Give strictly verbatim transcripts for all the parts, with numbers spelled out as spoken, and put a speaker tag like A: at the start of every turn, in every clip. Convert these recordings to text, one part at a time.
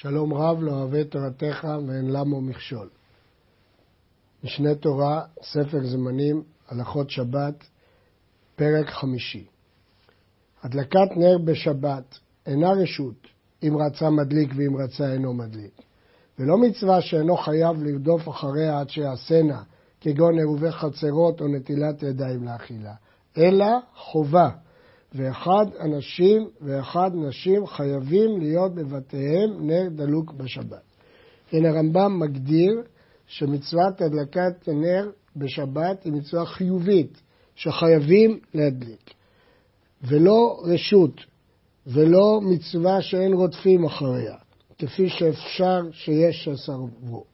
A: שלום רב לא אוהב תורתך ואין למו מכשול. משנה תורה, ספר זמנים, הלכות שבת, פרק חמישי. הדלקת נר בשבת אינה רשות אם רצה מדליק ואם רצה אינו מדליק. ולא מצווה שאינו חייב לרדוף אחריה עד שיעשנה, כגון עירובי חצרות או נטילת ידיים לאכילה, אלא חובה. ואחד אנשים ואחד נשים חייבים להיות בבתיהם נר דלוק בשבת. הנה הרמב"ם מגדיר שמצוות הדלקת נר בשבת היא מצווה חיובית שחייבים להדליק. ולא רשות ולא מצווה שאין רודפים אחריה, כפי שאפשר שיש שסרבו.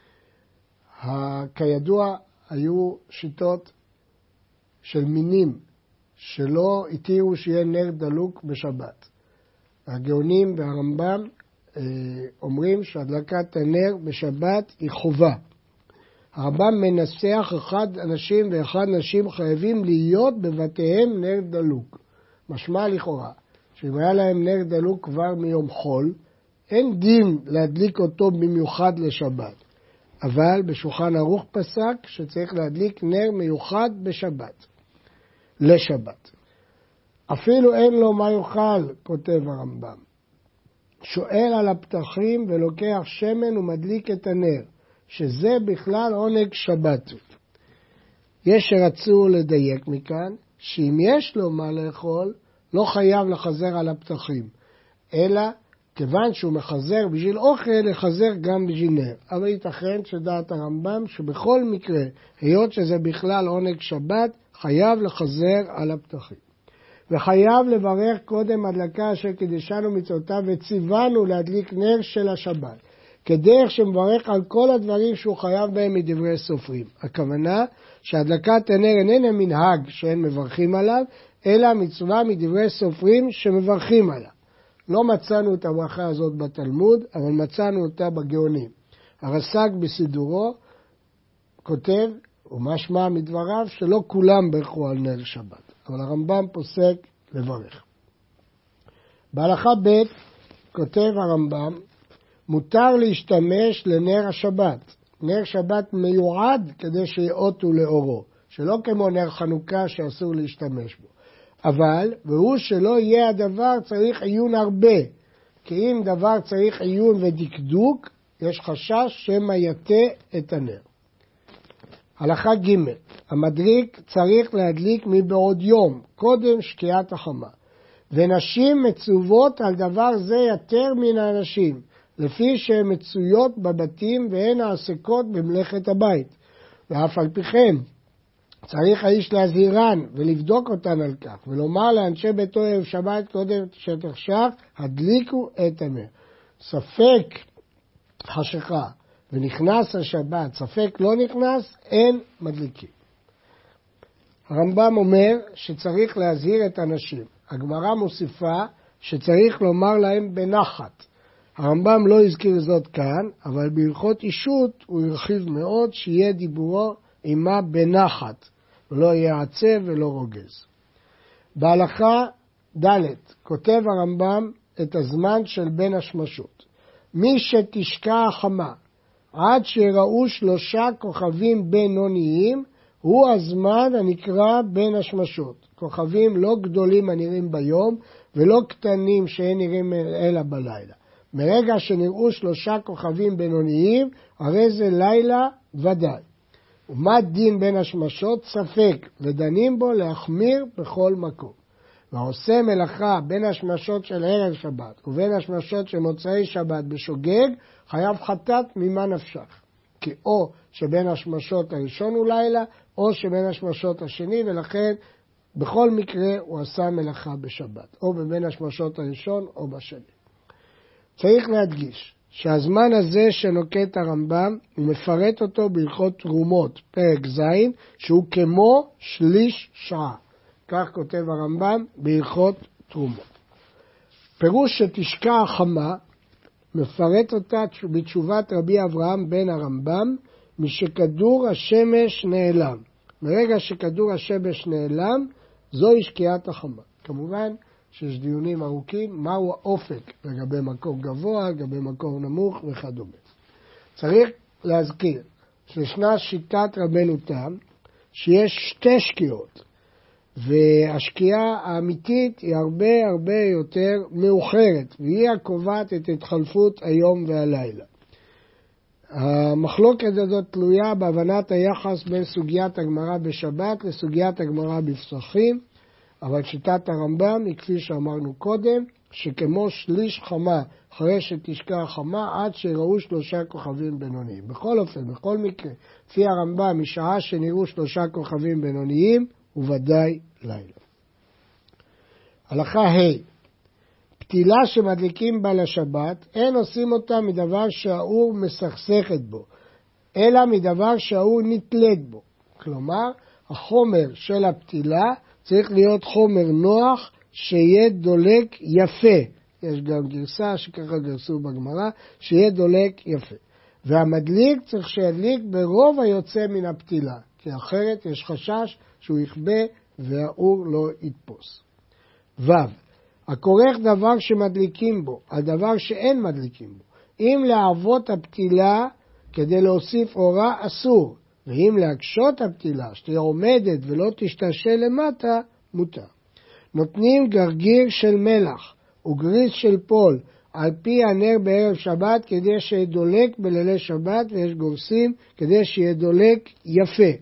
A: כידוע היו שיטות של מינים שלא התירו שיהיה נר דלוק בשבת. הגאונים והרמב"ם אה, אומרים שהדלקת הנר בשבת היא חובה. הרמב"ם מנסח אחד אנשים ואחד נשים חייבים להיות בבתיהם נר דלוק. משמע לכאורה שאם היה להם נר דלוק כבר מיום חול, אין דין להדליק אותו במיוחד לשבת. אבל בשולחן ערוך פסק שצריך להדליק נר מיוחד בשבת. לשבת. אפילו אין לו מה יאכל, כותב הרמב"ם. שואל על הפתחים ולוקח שמן ומדליק את הנר, שזה בכלל עונג שבת. יש שרצו לדייק מכאן, שאם יש לו מה לאכול, לא חייב לחזר על הפתחים, אלא כיוון שהוא מחזר בשביל אוכל, לחזר גם בשביל נר. אבל ייתכן שדעת הרמב"ם שבכל מקרה, היות שזה בכלל עונג שבת, חייב לחזר על הפתחים. וחייב לברך קודם הדלקה אשר קידשנו מצוותיו וציוונו להדליק נר של השבת, כדרך שמברך על כל הדברים שהוא חייב בהם מדברי סופרים. הכוונה שהדלקת הנר איננה מנהג שאין מברכים עליו, אלא מצווה מדברי סופרים שמברכים עליו. לא מצאנו את הברכה הזאת בתלמוד, אבל מצאנו אותה בגאונים. הרס"ג בסידורו כותב, ומשמע מדבריו, שלא כולם ברכו על נר שבת, אבל הרמב"ם פוסק לברך. בהלכה ב' כותב הרמב"ם, מותר להשתמש לנר השבת. נר שבת מיועד כדי שיאותו לאורו, שלא כמו נר חנוכה שאסור להשתמש בו. אבל, והוא שלא יהיה הדבר צריך עיון הרבה, כי אם דבר צריך עיון ודקדוק, יש חשש שמא יטה את הנר. הלכה ג' המדליק צריך להדליק מבעוד יום, קודם שקיעת החמה. ונשים מצוות על דבר זה יותר מן האנשים, לפי שהן מצויות בבתים והן העסקות במלאכת הבית. ואף על פי כן, צריך האיש להזהירן ולבדוק אותן על כך, ולומר לאנשי ביתו ערב שבת קודם שתחשך, הדליקו את הנר. ספק חשיכה ונכנס השבת, ספק לא נכנס, אין מדליקים. הרמב"ם אומר שצריך להזהיר את הנשים. הגמרא מוסיפה שצריך לומר להם בנחת. הרמב"ם לא הזכיר זאת כאן, אבל בהלכות אישות הוא הרחיב מאוד שיהיה דיבורו עמה בנחת, ולא יהיה עצב ולא רוגז. בהלכה ד' כותב הרמב"ם את הזמן של בין השמשות. מי שתשקע החמה עד שראו שלושה כוכבים בינוניים, הוא הזמן הנקרא בין השמשות. כוכבים לא גדולים הנראים ביום, ולא קטנים שאין נראים אלא בלילה. מרגע שנראו שלושה כוכבים בינוניים, הרי זה לילה ודאי. ומה דין בין השמשות? ספק, ודנים בו להחמיר בכל מקום. והעושה מלאכה בין השמשות של ערב שבת ובין השמשות של מוצאי שבת בשוגג, חייב חטאת ממה נפשך. כי או שבין השמשות הראשון הוא לילה, או שבין השמשות השני, ולכן בכל מקרה הוא עשה מלאכה בשבת, או בין השמשות הראשון או בשני. צריך להדגיש שהזמן הזה שנוקט הרמב"ם, הוא מפרט אותו בהלכות תרומות, פרק ז', שהוא כמו שליש שעה. כך כותב הרמב"ם בהלכות תרומות. פירוש שתשקע החמה, מפרט אותה בתשובת רבי אברהם בן הרמב"ם, משכדור השמש נעלם. מרגע שכדור השמש נעלם, זוהי שקיעת החמה. כמובן שיש דיונים ארוכים, מהו האופק לגבי מקור גבוה, לגבי מקור נמוך וכדומה. צריך להזכיר שישנה שיטת רבנו תם, שיש שתי שקיעות, והשקיעה האמיתית היא הרבה הרבה יותר מאוחרת, והיא הקובעת את התחלפות היום והלילה. המחלוקת הזאת תלויה בהבנת היחס בין סוגיית הגמרא בשבת לסוגיית הגמרא בפסחים, אבל שיטת הרמב"ם היא כפי שאמרנו קודם, שכמו שליש חמה אחרי שתשקע החמה עד שראו שלושה כוכבים בינוניים. בכל אופן, בכל מקרה, לפי הרמב"ם, משעה שנראו שלושה כוכבים בינוניים, וודאי לילה. הלכה ה' פתילה שמדליקים בה לשבת, אין עושים אותה מדבר שהאור מסכסכת בו, אלא מדבר שהאור נתלת בו. כלומר, החומר של הפתילה צריך להיות חומר נוח, שיהיה דולק יפה. יש גם גרסה שככה גרסו בגמרא, שיהיה דולק יפה. והמדליק צריך שידליק ברוב היוצא מן הפתילה, כי אחרת יש חשש שהוא יכבה והאור לא יתפוס. ו' הכורך דבר שמדליקים בו, הדבר שאין מדליקים בו. אם לעבות הפתילה כדי להוסיף אורה אסור, ואם להקשות הפתילה שתהיה עומדת ולא תשתשל למטה, מותר. נותנים גרגיר של מלח וגריס של פול על פי הנר בערב שבת כדי שידולק בלילי שבת, ויש גורסים כדי שידולק יפה.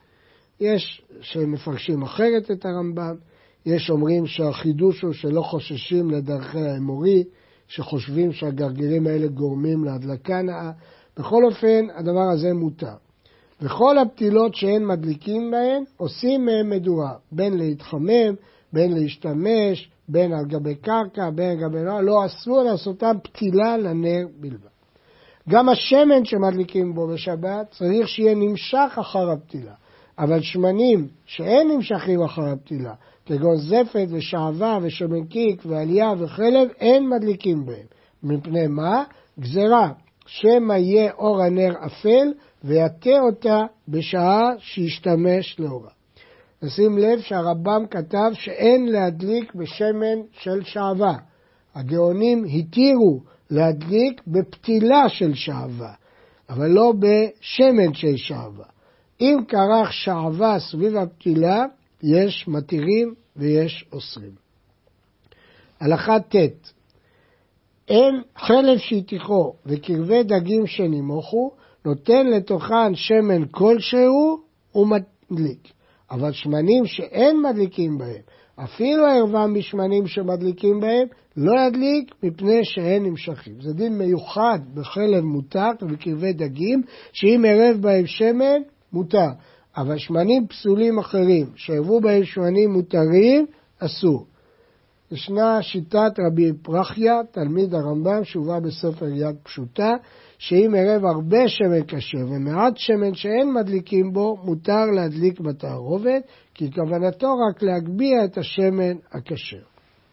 A: יש שמפרשים אחרת את הרמב"ם, יש אומרים שהחידוש הוא שלא חוששים לדרכי האמורי, שחושבים שהגרגירים האלה גורמים להדלקה נאה. בכל אופן, הדבר הזה מותר. וכל הפתילות שאין מדליקים בהן, עושים מהם מדורה, בין להתחמם, בין להשתמש, בין על גבי קרקע, בין על גבי נוער, לא אסור לעשותם פתילה לנר בלבד. גם השמן שמדליקים בו בשבת צריך שיהיה נמשך אחר הפתילה, אבל שמנים שאין נמשכים אחר הפתילה, כגון זפת ושעבה ושמן קיק ועלייה וחלב, אין מדליקים בהם. מפני מה? גזרה, שמא יהיה אור הנר אפל ויתה אותה בשעה שישתמש לאורה. נשים לב שהרמב"ם כתב שאין להדליק בשמן של שעבה. הגאונים התירו להדליק בפתילה של שעבה, אבל לא בשמן של שעבה. אם קרח שעבה סביב הפתילה, יש מתירים ויש אוסרים. הלכה ט' אין חלב שהתיכו וקרבי דגים שנימוכו, נותן לתוכן שמן כלשהו ומדליק. אבל שמנים שאין מדליקים בהם, אפילו ערבם בשמנים שמדליקים בהם, לא ידליק מפני שאין נמשכים. זה דין מיוחד בחלב מותר ובקרבי דגים, שאם ערב בהם שמן, מותר. אבל שמנים פסולים אחרים, שערבו בהם שמנים מותרים, אסור. ישנה שיטת רבי פרחיה, תלמיד הרמב"ם, שהובא בספר יד פשוטה, שאם ערב הרבה שמן כשר ומעט שמן שאין מדליקים בו, מותר להדליק בתערובת, כי כוונתו רק להגביה את השמן הכשר.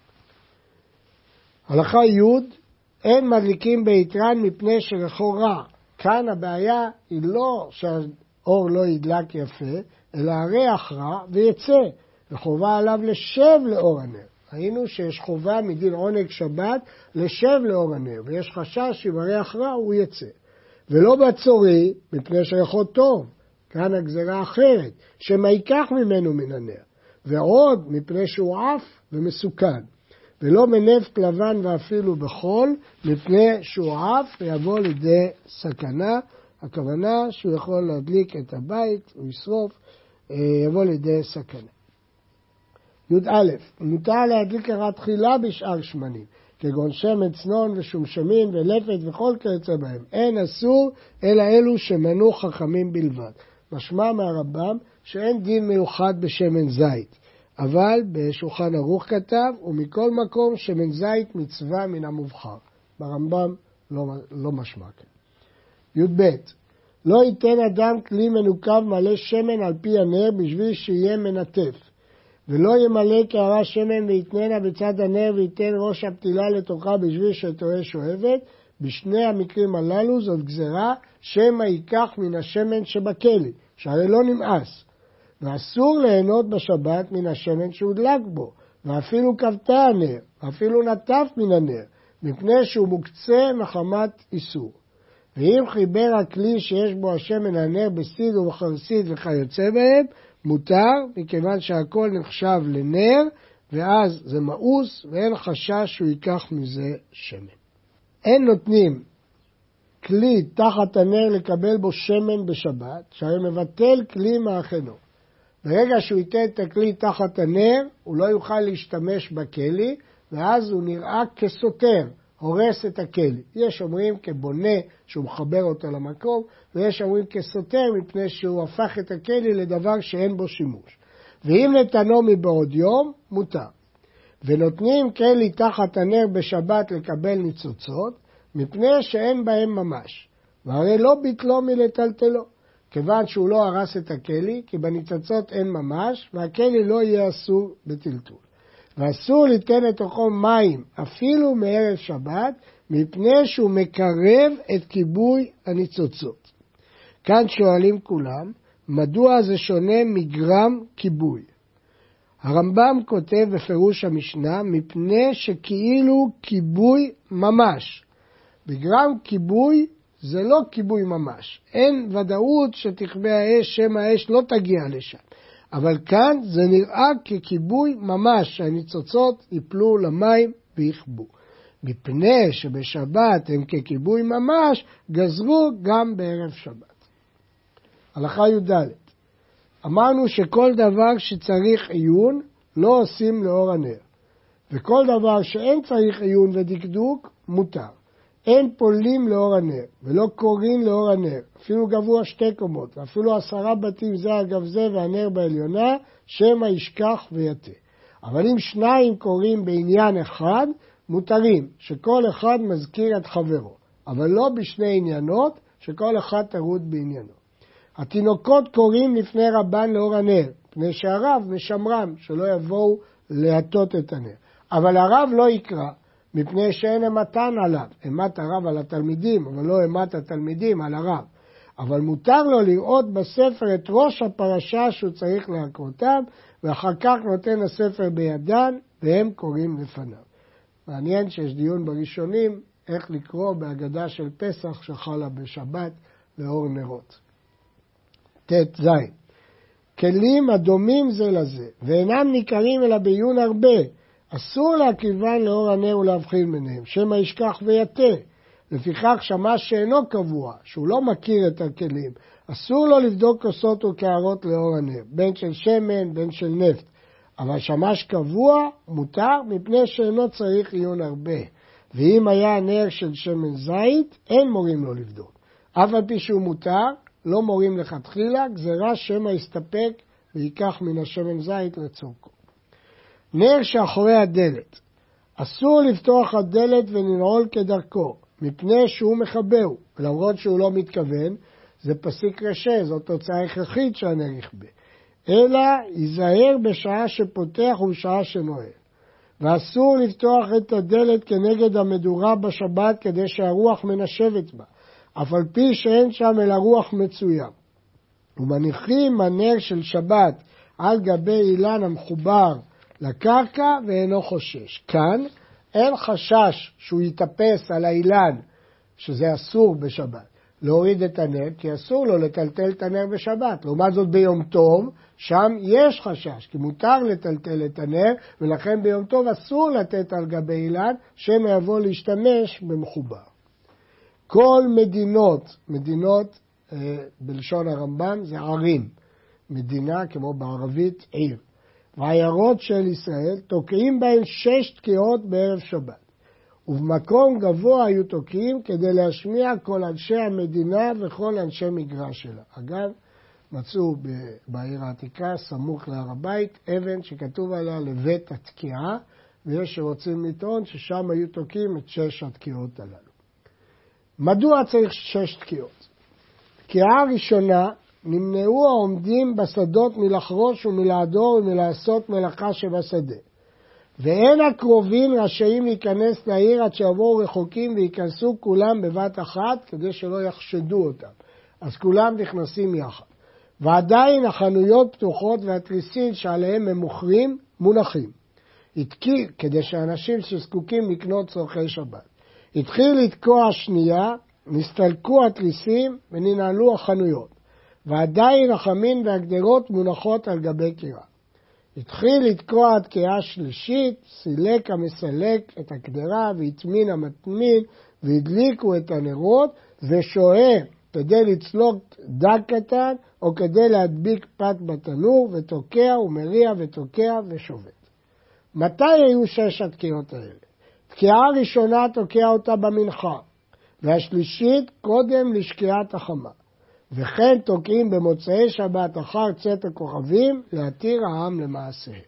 A: הלכה י' אין מדליקים ביתרן מפני שריחו רע. כאן הבעיה היא לא שהאור לא ידלק יפה, אלא הריח רע ויצא, וחובה עליו לשב לאור הנר. ראינו שיש חובה מדין עונג שבת לשב לאור הנר, ויש חשש שבריח רע הוא יצא. ולא בצורי, מפני שריחו טוב, כאן הגזרה אחרת, שמה ייקח ממנו מן הנר, ועוד מפני שהוא עף ומסוכן. ולא מנפט לבן ואפילו בחול, מפני שהוא עף ויבוא לידי סכנה. הכוונה שהוא יכול להדליק את הבית, הוא ישרוף, יבוא לידי סכנה. י"א, מותר להדליק ערה תחילה בשאר שמנים, כגון שמן צנון ושומשמים ולפת וכל כיוצא בהם. אין אסור אלא אלו שמנו חכמים בלבד. משמע מהרמב"ם שאין דין מיוחד בשמן זית, אבל בשולחן ערוך כתב, ומכל מקום שמן זית מצווה מן המובחר. ברמב"ם לא, לא משמע כן. י"ב, לא ייתן אדם כלי מנוקב מלא שמן על פי הנר בשביל שיהיה מנטף. ולא ימלא קערה שמן ויתננה בצד הנר וייתן ראש הפתילה לתוכה בשביל שתהיה שואבת. בשני המקרים הללו זאת גזרה שמא ייקח מן השמן שבכלי, שהרי לא נמאס. ואסור ליהנות בשבת מן השמן שהודלק בו, ואפילו כבתה הנר, ואפילו נטף מן הנר, מפני שהוא מוקצה מחמת איסור. ואם חיבר הכלי שיש בו השמן הנר בסיד ובחרסית וכיוצא בהם, מותר, מכיוון שהכל נחשב לנר, ואז זה מאוס, ואין חשש שהוא ייקח מזה שמן. אין נותנים כלי תחת הנר לקבל בו שמן בשבת, שהרי מבטל כלי מאחנו. ברגע שהוא ייתן את הכלי תחת הנר, הוא לא יוכל להשתמש בכלי, ואז הוא נראה כסותר, הורס את הכלי. יש אומרים כבונה שהוא מחבר אותו למקום, ויש אומרים כסותר מפני שהוא הפך את הכלי לדבר שאין בו שימוש. ואם נתנו מבעוד יום, מותר. ונותנים כלי תחת הנר בשבת לקבל ניצוצות, מפני שאין בהם ממש. והרי לא ביטלו מלטלטלו, כיוון שהוא לא הרס את הכלי, כי בניצוצות אין ממש, והכלי לא יהיה אסור בטלטול. ואסור ליתן לתוכו מים, אפילו מערב שבת, מפני שהוא מקרב את כיבוי הניצוצות. כאן שואלים כולם, מדוע זה שונה מגרם כיבוי? הרמב"ם כותב בפירוש המשנה, מפני שכאילו כיבוי ממש. בגרם כיבוי זה לא כיבוי ממש. אין ודאות שתכבה האש, שם האש לא תגיע לשם. אבל כאן זה נראה ככיבוי ממש, שהניצוצות ייפלו למים ויכבו. מפני שבשבת הם ככיבוי ממש, גזרו גם בערב שבת. הלכה י"ד. אמרנו שכל דבר שצריך עיון, לא עושים לאור הנר. וכל דבר שאין צריך עיון ודקדוק, מותר. אין פולים לאור הנר, ולא קוראים לאור הנר, אפילו גבוה שתי קומות, ואפילו עשרה בתים זה אגב זה והנר בעליונה, שמא ישכח ויתה. אבל אם שניים קוראים בעניין אחד, מותרים, שכל אחד מזכיר את חברו, אבל לא בשני עניינות, שכל אחד תרוד בעניינו. התינוקות קוראים לפני רבן לאור הנר, פני שהרב משמרם, שלא יבואו להטות את הנר. אבל הרב לא יקרא, מפני שאין אמתן עליו, אמת הרב על התלמידים, אבל לא אמת התלמידים על הרב. אבל מותר לו לראות בספר את ראש הפרשה שהוא צריך להקרותם, ואחר כך נותן הספר בידן, והם קוראים לפניו. מעניין שיש דיון בראשונים, איך לקרוא בהגדה של פסח שחלה בשבת לאור נרות. תת זין. כלים הדומים זה לזה, ואינם ניכרים אלא בעיון הרבה, אסור להקריבן לאור הנר ולהבחין ביניהם, שמא ישכח ויתה. לפיכך שמש שאינו קבוע, שהוא לא מכיר את הכלים, אסור לו לבדוק כוסות וקערות לאור הנר, בין של שמן, בין של נפט. אבל שמש קבוע מותר מפני שאינו צריך עיון הרבה. ואם היה הנר של שמן זית, אין מורים לו לבדוק. אף על פי שהוא מותר, לא מורים לכתחילה, גזרה שמא יסתפק ויקח מן השמן זית לצורכו. נר שאחורי הדלת, אסור לפתוח הדלת וננעול כדרכו, מפני שהוא מחבהו, למרות שהוא לא מתכוון, זה פסיק רשה, זו תוצאה הכרחית שהנר יכבה. אלא ייזהר בשעה שפותח ובשעה שנועל. ואסור לפתוח את הדלת כנגד המדורה בשבת כדי שהרוח מנשבת בה, אף על פי שאין שם אלא רוח מצויה. ומניחים הנר של שבת על גבי אילן המחובר לקרקע ואינו חושש. כאן אין חשש שהוא יתאפס על האילן, שזה אסור בשבת, להוריד את הנר, כי אסור לו לטלטל את הנר בשבת. לעומת זאת ביום טוב, שם יש חשש, כי מותר לטלטל את הנר, ולכן ביום טוב אסור לתת על גבי אילן, שמא יבוא להשתמש במחובר. כל מדינות, מדינות אה, בלשון הרמב"ם זה ערים, מדינה כמו בערבית עיר. והעיירות של ישראל תוקעים בהן שש תקיעות בערב שבת. ובמקום גבוה היו תוקעים כדי להשמיע כל אנשי המדינה וכל אנשי מגרש שלה. אגב, מצאו בעיר העתיקה, סמוך להר הבית, אבן שכתוב עליה לבית התקיעה, ויש שרוצים לטעון ששם היו תוקעים את שש התקיעות הללו. מדוע צריך שש תקיעות? תקיעה ראשונה, נמנעו העומדים בשדות מלחרוש ומלעדור ומלעשות מלאכה שבשדה. ואין הקרובים רשאים להיכנס לעיר עד שיבואו רחוקים וייכנסו כולם בבת אחת כדי שלא יחשדו אותם. אז כולם נכנסים יחד. ועדיין החנויות פתוחות והתריסים שעליהם הם מוכרים מונחים. התקיע, כדי שאנשים שזקוקים לקנות צורכי שבת. התחיל לתקוע שנייה, נסתלקו התריסים וננעלו החנויות, ועדיין החמין והגדרות מונחות על גבי קירה. התחיל לתקוע תקיעה שלישית, סילק המסלק את הגדרה והטמין המטמין והדליקו את הנרות, ושוהה כדי לצלוק דג קטן או כדי להדביק פת בתנור, ותוקע ומריע ותוקע ושובת. מתי היו שש התקיעות האלה? תקיעה ראשונה תוקע אותה במנחה, והשלישית קודם לשקיעת החמה. וכן תוקעים במוצאי שבת אחר צאת הכוכבים להתיר העם למעשיהם.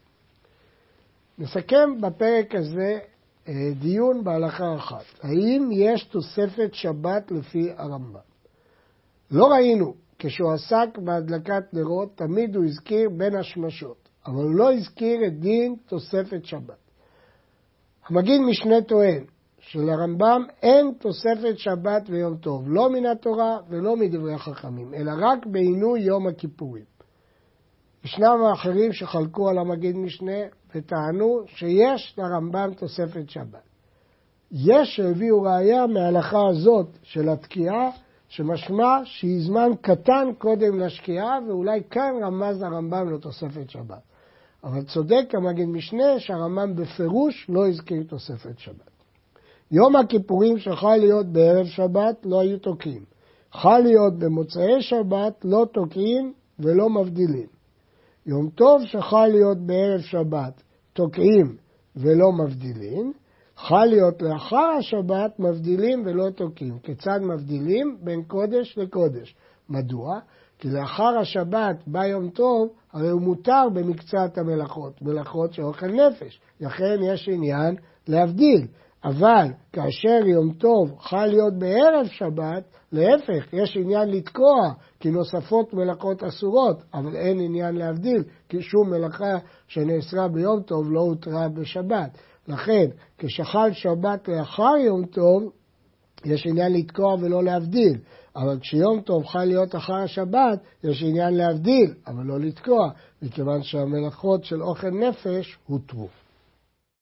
A: נסכם בפרק הזה דיון בהלכה אחת. האם יש תוספת שבת לפי הרמב"ם? לא ראינו, כשהוא עסק בהדלקת נרות, תמיד הוא הזכיר בין השמשות, אבל הוא לא הזכיר את דין תוספת שבת. המגיד משנה טוען שלרמב"ם אין תוספת שבת ויום טוב, לא מן התורה ולא מדברי החכמים, אלא רק בעינוי יום הכיפורים. ישנם האחרים שחלקו על המגיד משנה וטענו שיש לרמב"ם תוספת שבת. יש שהביאו ראיה מההלכה הזאת של התקיעה, שמשמע שהיא זמן קטן קודם לשקיעה, ואולי כאן רמז הרמב"ם לתוספת שבת. אבל צודק המגיד משנה שהרמב"ם בפירוש לא הזכיר תוספת שבת. יום הכיפורים שחל להיות בערב שבת לא היו תוקעים. חל להיות במוצאי שבת לא תוקעים ולא מבדילים. יום טוב שחל להיות בערב שבת תוקעים ולא מבדילים. חל להיות לאחר השבת מבדילים ולא תוקעים. כיצד מבדילים? בין קודש לקודש. מדוע? כי לאחר השבת בא יום טוב, הרי הוא מותר במקצת המלאכות, מלאכות של אוכל נפש. לכן יש עניין להבדיל. אבל כאשר יום טוב חל להיות בערב שבת, להפך, יש עניין לתקוע, כי נוספות מלאכות אסורות, אבל אין עניין להבדיל, כי שום מלאכה שנאסרה ביום טוב לא הותרה בשבת. לכן, כשחל שבת לאחר יום טוב, יש עניין לתקוע ולא להבדיל. אבל כשיום טוב חל להיות אחר השבת, יש עניין להבדיל, אבל לא לתקוע, מכיוון שהמלאכות של אוכל נפש הותרו.